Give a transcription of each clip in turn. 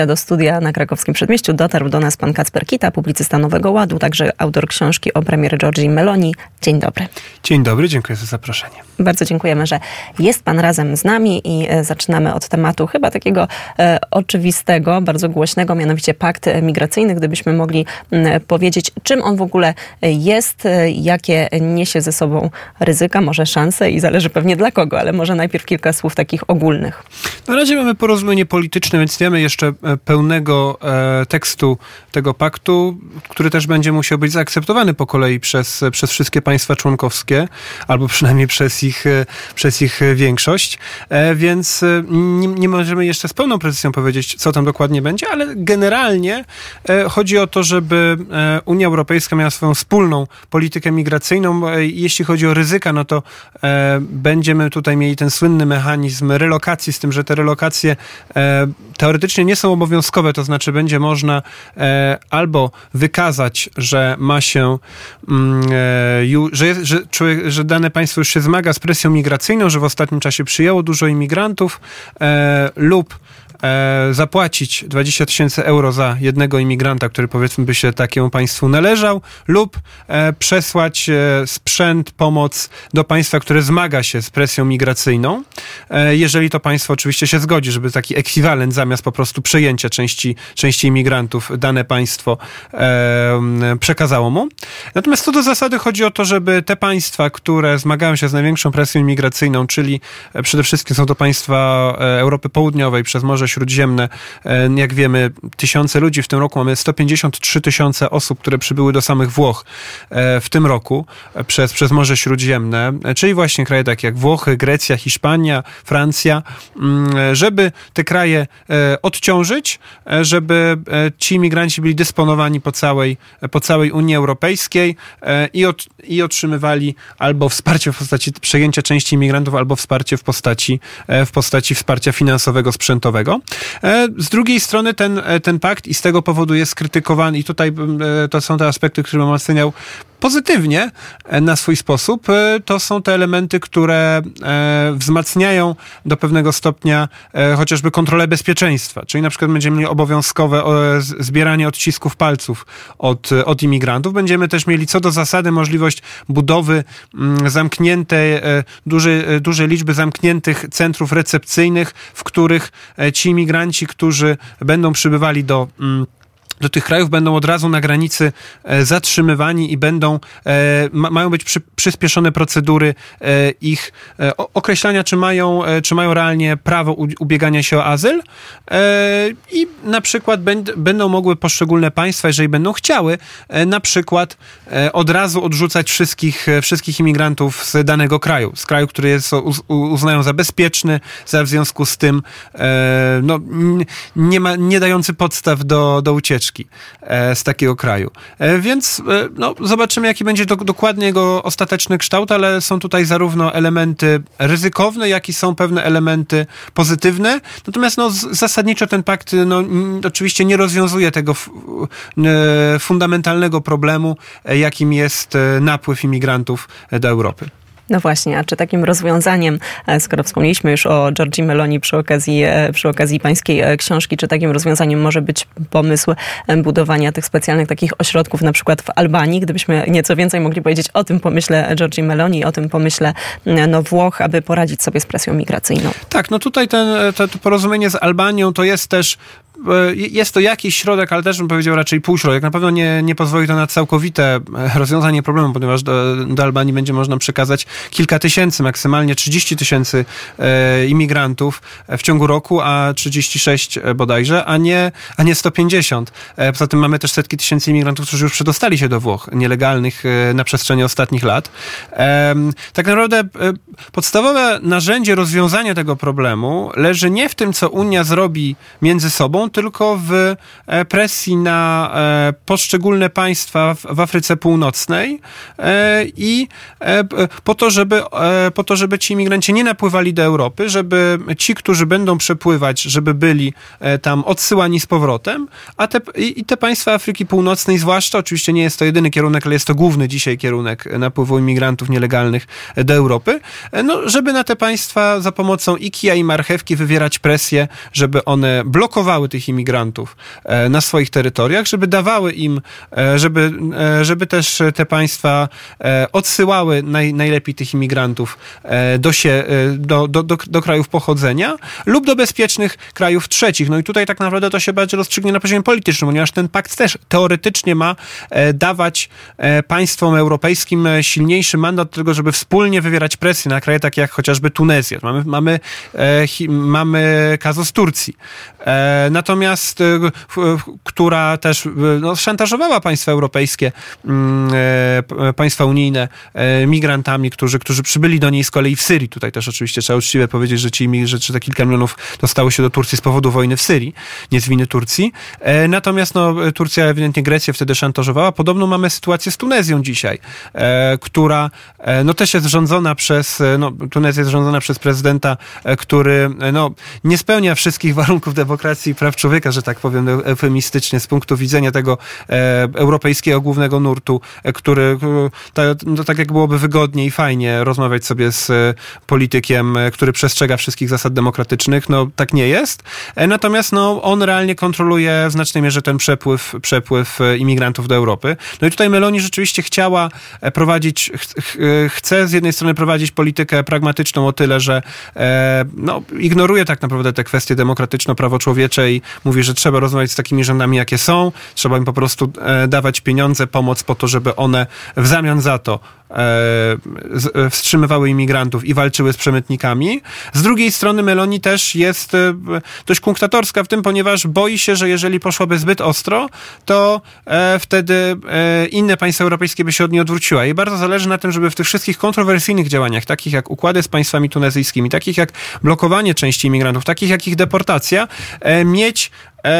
Do studia na Krakowskim Przedmieściu dotarł do nas pan Kacper Kita, publicysta Nowego Ładu, także autor książki o premierze Giorgii Meloni. Dzień dobry. Dzień dobry, dziękuję za zaproszenie. Bardzo dziękujemy, że jest pan razem z nami i zaczynamy od tematu chyba takiego oczywistego, bardzo głośnego, mianowicie pakt migracyjny. Gdybyśmy mogli powiedzieć, czym on w ogóle jest, jakie niesie ze sobą ryzyka, może szanse i zależy pewnie dla kogo, ale może najpierw kilka słów takich ogólnych. Na razie mamy porozumienie polityczne, więc nie mamy jeszcze pełnego tekstu tego paktu, który też będzie musiał być zaakceptowany po kolei przez wszystkie państwa członkowskie, albo przynajmniej przez ich większość, więc nie możemy jeszcze z pełną precyzją powiedzieć, co tam dokładnie będzie, ale generalnie chodzi o to, żeby Unia Europejska miała swoją wspólną politykę migracyjną. Jeśli chodzi o ryzyka, no to będziemy tutaj mieli ten słynny mechanizm relokacji, z tym, że te relokacje teoretycznie nie są obowiązkowe, to znaczy będzie można albo wykazać, że ma się, że dane państwo już się zmaga z presją migracyjną, że w ostatnim czasie przyjęło dużo imigrantów, lub zapłacić 20 000 euro za jednego imigranta, który powiedzmy by się takiemu państwu należał, lub przesłać sprzęt, pomoc do państwa, które zmaga się z presją migracyjną, jeżeli to państwo oczywiście się zgodzi, żeby taki ekwiwalent zamiast po prostu przejęcia części imigrantów dane państwo przekazało mu. Natomiast co do zasady chodzi o to, żeby te państwa, które zmagają się z największą presją migracyjną, czyli przede wszystkim są to państwa Europy Południowej przez Morze Śródziemne, jak wiemy, tysiące ludzi w tym roku, mamy 153 000 osób, które przybyły do samych Włoch w tym roku przez Morze Śródziemne, czyli właśnie kraje takie jak Włochy, Grecja, Hiszpania, Francja, żeby te kraje odciążyć, żeby ci imigranci byli dysponowani po całej Unii Europejskiej i otrzymywali albo wsparcie w postaci przejęcia części imigrantów, albo wsparcie w postaci wsparcia finansowego, sprzętowego. Z drugiej strony ten pakt i z tego powodu jest krytykowany i tutaj to są te aspekty, które bym oceniał pozytywnie na swój sposób. To są te elementy, które wzmacniają do pewnego stopnia chociażby kontrolę bezpieczeństwa. Czyli na przykład będziemy mieli obowiązkowe zbieranie odcisków palców od imigrantów. Będziemy też mieli co do zasady możliwość budowy zamkniętej, dużej liczby zamkniętych centrów recepcyjnych, w których ci imigranci, którzy będą przybywali do tych krajów, będą od razu na granicy zatrzymywani i mają być przyspieszone procedury ich określania, czy mają realnie prawo ubiegania się o azyl i na przykład będą mogły poszczególne państwa, jeżeli będą chciały, na przykład od razu odrzucać wszystkich imigrantów z danego kraju, który uznają za bezpieczny, w związku z tym nie dający podstaw do ucieczki z takiego kraju. Więc zobaczymy, jaki będzie dokładnie jego ostateczny kształt, ale są tutaj zarówno elementy ryzykowne, jak i są pewne elementy pozytywne. Natomiast zasadniczo ten pakt oczywiście nie rozwiązuje tego fundamentalnego problemu, jakim jest napływ imigrantów do Europy. No właśnie, a czy takim rozwiązaniem, skoro wspomnieliśmy już o Giorgii Meloni przy okazji pańskiej książki, czy takim rozwiązaniem może być pomysł budowania tych specjalnych takich ośrodków na przykład w Albanii? Gdybyśmy nieco więcej mogli powiedzieć o tym pomyśle Giorgii Meloni, o tym pomyśle Włoch, aby poradzić sobie z presją migracyjną. Tak, tutaj to porozumienie z Albanią to jest też jest to jakiś środek, ale też bym powiedział raczej półśrodek. Na pewno nie pozwoli to na całkowite rozwiązanie problemu, ponieważ do Albanii będzie można przekazać kilka tysięcy, maksymalnie 30 000 imigrantów w ciągu roku, a 36 bodajże, a nie 150. Poza tym mamy też setki tysięcy imigrantów, którzy już przedostali się do Włoch, nielegalnych na przestrzeni ostatnich lat. Tak naprawdę podstawowe narzędzie rozwiązania tego problemu leży nie w tym, co Unia zrobi między sobą, tylko w presji na poszczególne państwa w Afryce Północnej i po to, żeby ci imigranci nie napływali do Europy, żeby ci, którzy będą przepływać, żeby byli tam odsyłani z powrotem, i te państwa Afryki Północnej zwłaszcza, oczywiście nie jest to jedyny kierunek, ale jest to główny dzisiaj kierunek napływu imigrantów nielegalnych do Europy, żeby na te państwa za pomocą i kija i marchewki wywierać presję, żeby one blokowały tych tych imigrantów na swoich terytoriach, żeby dawały im, żeby też te państwa odsyłały najlepiej tych imigrantów do krajów pochodzenia lub do bezpiecznych krajów trzecich. No i tutaj tak naprawdę to się bardziej rozstrzygnie na poziomie politycznym, ponieważ ten pakt też teoretycznie ma dawać państwom europejskim silniejszy mandat do tego, żeby wspólnie wywierać presję na kraje takie jak chociażby Tunezja. Mamy kazus Turcji. Natomiast która też szantażowała państwa europejskie, państwa unijne migrantami, którzy przybyli do niej z kolei w Syrii. Tutaj też oczywiście trzeba uczciwie powiedzieć, że te kilka milionów dostało się do Turcji z powodu wojny w Syrii, nie z winy Turcji. Natomiast Turcja ewidentnie Grecję wtedy szantażowała. Podobną mamy sytuację z Tunezją dzisiaj, która też jest rządzona Tunezja jest rządzona przez prezydenta, który nie spełnia wszystkich warunków demokracji i praw człowieka, że tak powiem eufemistycznie, z punktu widzenia tego europejskiego głównego nurtu, który tak jak byłoby wygodnie i fajnie rozmawiać sobie z politykiem, który przestrzega wszystkich zasad demokratycznych, tak nie jest. Natomiast on realnie kontroluje w znacznej mierze ten przepływ imigrantów do Europy. No i tutaj Meloni rzeczywiście chce z jednej strony prowadzić politykę pragmatyczną o tyle, że ignoruje tak naprawdę te kwestie demokratyczno-prawoczłowiecze i mówi, że trzeba rozmawiać z takimi rządami, jakie są, trzeba im po prostu dawać pieniądze, pomoc po to, żeby one w zamian za to wstrzymywały imigrantów i walczyły z przemytnikami. Z drugiej strony Meloni też jest dość kunktatorska w tym, ponieważ boi się, że jeżeli poszłaby zbyt ostro, to wtedy inne państwa europejskie by się od niej odwróciły. I bardzo zależy na tym, żeby w tych wszystkich kontrowersyjnych działaniach, takich jak układy z państwami tunezyjskimi, takich jak blokowanie części imigrantów, takich jak ich deportacja, mieć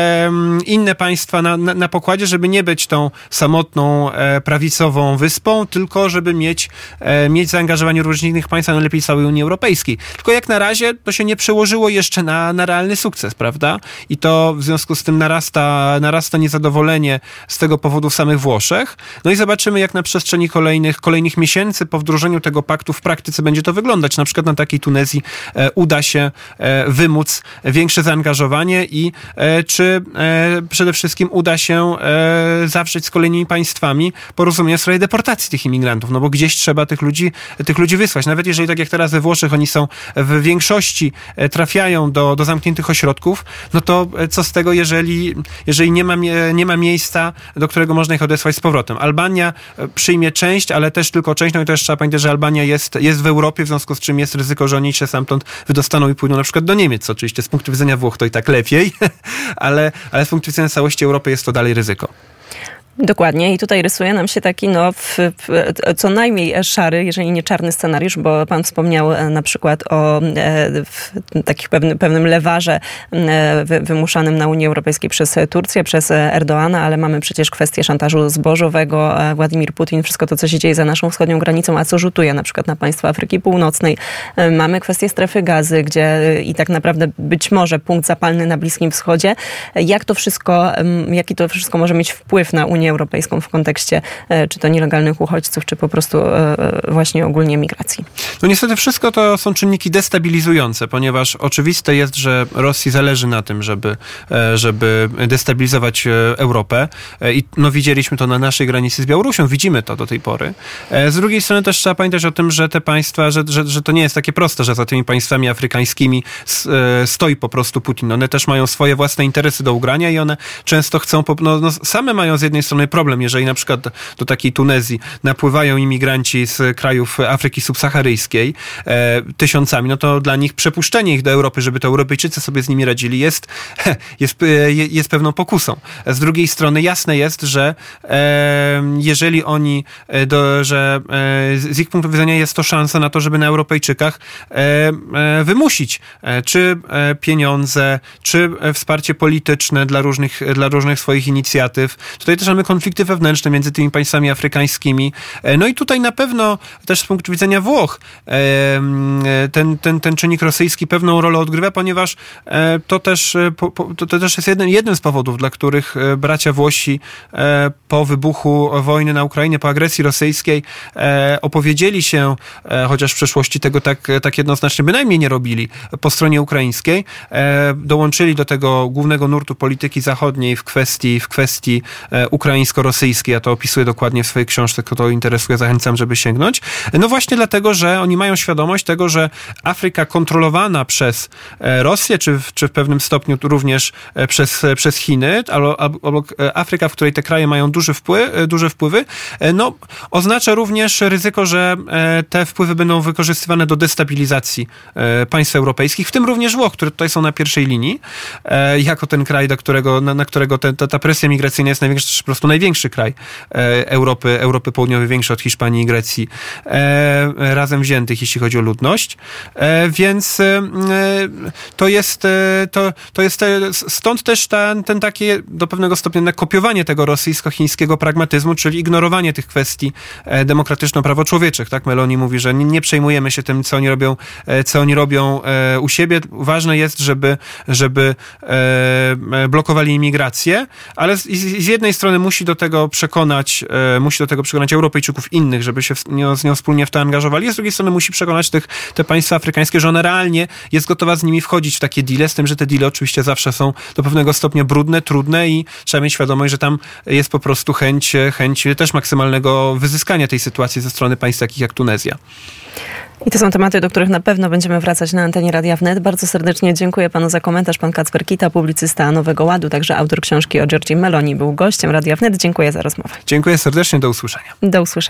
inne państwa na pokładzie, żeby nie być tą samotną, prawicową wyspą, tylko żeby mieć zaangażowanie różnych innych państw, a najlepiej całej Unii Europejskiej. Tylko jak na razie to się nie przełożyło jeszcze na realny sukces, prawda? I to w związku z tym narasta niezadowolenie z tego powodu w samych Włoszech. No i zobaczymy, jak na przestrzeni kolejnych miesięcy po wdrożeniu tego paktu w praktyce będzie to wyglądać. Na przykład na takiej Tunezji uda się wymóc większe zaangażowanie i czy przede wszystkim uda się zawrzeć z kolejnymi państwami porozumienie w sprawie deportacji tych imigrantów, bo gdzieś trzeba tych ludzi wysłać. Nawet jeżeli tak jak teraz we Włoszech oni są w większości trafiają do zamkniętych ośrodków, no to co z tego, jeżeli nie ma miejsca, do którego można ich odesłać z powrotem. Albania przyjmie część, ale też tylko część, no i też trzeba pamiętać, że Albania jest w Europie, w związku z czym jest ryzyko, że oni się stamtąd wydostaną i pójdą na przykład do Niemiec, co oczywiście z punktu widzenia Włoch to i tak lepiej, ale z punktu widzenia całości Europy jest to dalej ryzyko. Dokładnie i tutaj rysuje nam się taki co najmniej szary, jeżeli nie czarny scenariusz, bo pan wspomniał na przykład o takich pewnym lewarze wymuszanym na Unii Europejskiej przez Turcję, przez Erdoana, ale mamy przecież kwestię szantażu zbożowego. Władimir Putin, wszystko to, co się dzieje za naszą wschodnią granicą, a co rzutuje na przykład na państwa Afryki Północnej. Mamy kwestię strefy Gazy, gdzie i tak naprawdę być może punkt zapalny na Bliskim Wschodzie. Jaki to wszystko może mieć wpływ na Unię Europejską w kontekście czy to nielegalnych uchodźców, czy po prostu właśnie ogólnie migracji? No niestety wszystko to są czynniki destabilizujące, ponieważ oczywiste jest, że Rosji zależy na tym, żeby destabilizować Europę i widzieliśmy to na naszej granicy z Białorusią, widzimy to do tej pory. Z drugiej strony też trzeba pamiętać o tym, że te państwa, że to nie jest takie proste, że za tymi państwami afrykańskimi stoi po prostu Putin. One też mają swoje własne interesy do ugrania i one często chcą, same mają z jednej strony problem, jeżeli na przykład do takiej Tunezji napływają imigranci z krajów Afryki subsaharyjskiej tysiącami, no to dla nich przepuszczenie ich do Europy, żeby to Europejczycy sobie z nimi radzili, jest pewną pokusą. Z drugiej strony jasne jest, że jeżeli oni, że z ich punktu widzenia jest to szansa na to, żeby na Europejczykach wymusić czy pieniądze, czy wsparcie polityczne dla różnych swoich inicjatyw. Tutaj też mamy mamy konflikty wewnętrzne między tymi państwami afrykańskimi. No i tutaj na pewno też z punktu widzenia Włoch ten czynnik rosyjski pewną rolę odgrywa, ponieważ to też jest jednym z powodów, dla których bracia Włosi po wybuchu wojny na Ukrainie, po agresji rosyjskiej opowiedzieli się, chociaż w przeszłości tego tak jednoznacznie bynajmniej nie robili, po stronie ukraińskiej. Dołączyli do tego głównego nurtu polityki zachodniej w kwestii ukraińsko-rosyjskiej. Ja to opisuję dokładnie w swojej książce, kto to interesuje, zachęcam, żeby sięgnąć. No właśnie dlatego, że oni mają świadomość tego, że Afryka kontrolowana przez Rosję, czy w pewnym stopniu również przez Chiny, albo Afryka, w której te kraje mają duże wpływy, no oznacza również ryzyko, że te wpływy będą wykorzystywane do destabilizacji państw europejskich, w tym również Włoch, które tutaj są na pierwszej linii, jako ten kraj, na którego ta presja migracyjna jest największa, czy po prostu największy kraj Europy Południowej, większy od Hiszpanii i Grecji, razem wziętych, jeśli chodzi o ludność. Więc to jest stąd też ten takie do pewnego stopnia kopiowanie tego rosyjsko-chińskiego pragmatyzmu, czyli ignorowanie tych kwestii demokratyczno-prawoczłowieczych. Tak? Meloni mówi, że nie przejmujemy się tym, co oni robią u siebie. Ważne jest, żeby blokowali imigrację, ale z jednej strony musi do tego przekonać Europejczyków innych, żeby się z nią wspólnie w to angażowali, z drugiej strony musi przekonać te państwa afrykańskie, że ona realnie jest gotowa z nimi wchodzić w takie deale, z tym, że te deale oczywiście zawsze są do pewnego stopnia brudne, trudne i trzeba mieć świadomość, że tam jest po prostu chęć też maksymalnego wyzyskania tej sytuacji ze strony państw takich jak Tunezja. I to są tematy, do których na pewno będziemy wracać na antenie Radia Wnet. Bardzo serdecznie dziękuję panu za komentarz. Pan Kacper Kita, publicysta Nowego Ładu, także autor książki o Giorgii Meloni, był gościem Radia Wnet. Dziękuję za rozmowę. Dziękuję serdecznie, do usłyszenia. Do usłyszenia.